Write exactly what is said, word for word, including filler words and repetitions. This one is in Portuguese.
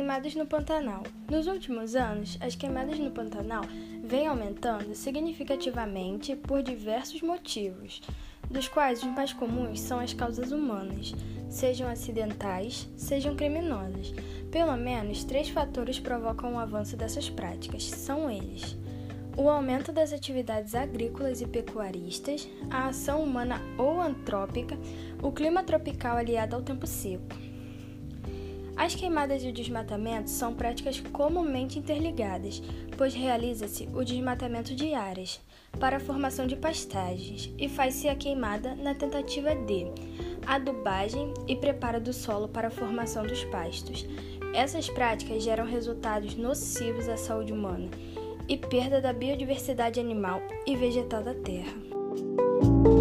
queimadas no Pantanal. Nos últimos anos, as queimadas no Pantanal vêm aumentando significativamente por diversos motivos, dos quais os mais comuns são as causas humanas, sejam acidentais, sejam criminosas. Pelo menos três fatores provocam o avanço dessas práticas, são eles: o aumento das atividades agrícolas e pecuaristas, a ação humana ou antrópica, o clima tropical aliado ao tempo seco. As queimadas e o desmatamento são práticas comumente interligadas, pois realiza-se o desmatamento de áreas para a formação de pastagens e faz-se a queimada na tentativa de adubagem e preparo do solo para a formação dos pastos. Essas práticas geram resultados nocivos à saúde humana e perda da biodiversidade animal e vegetal da terra.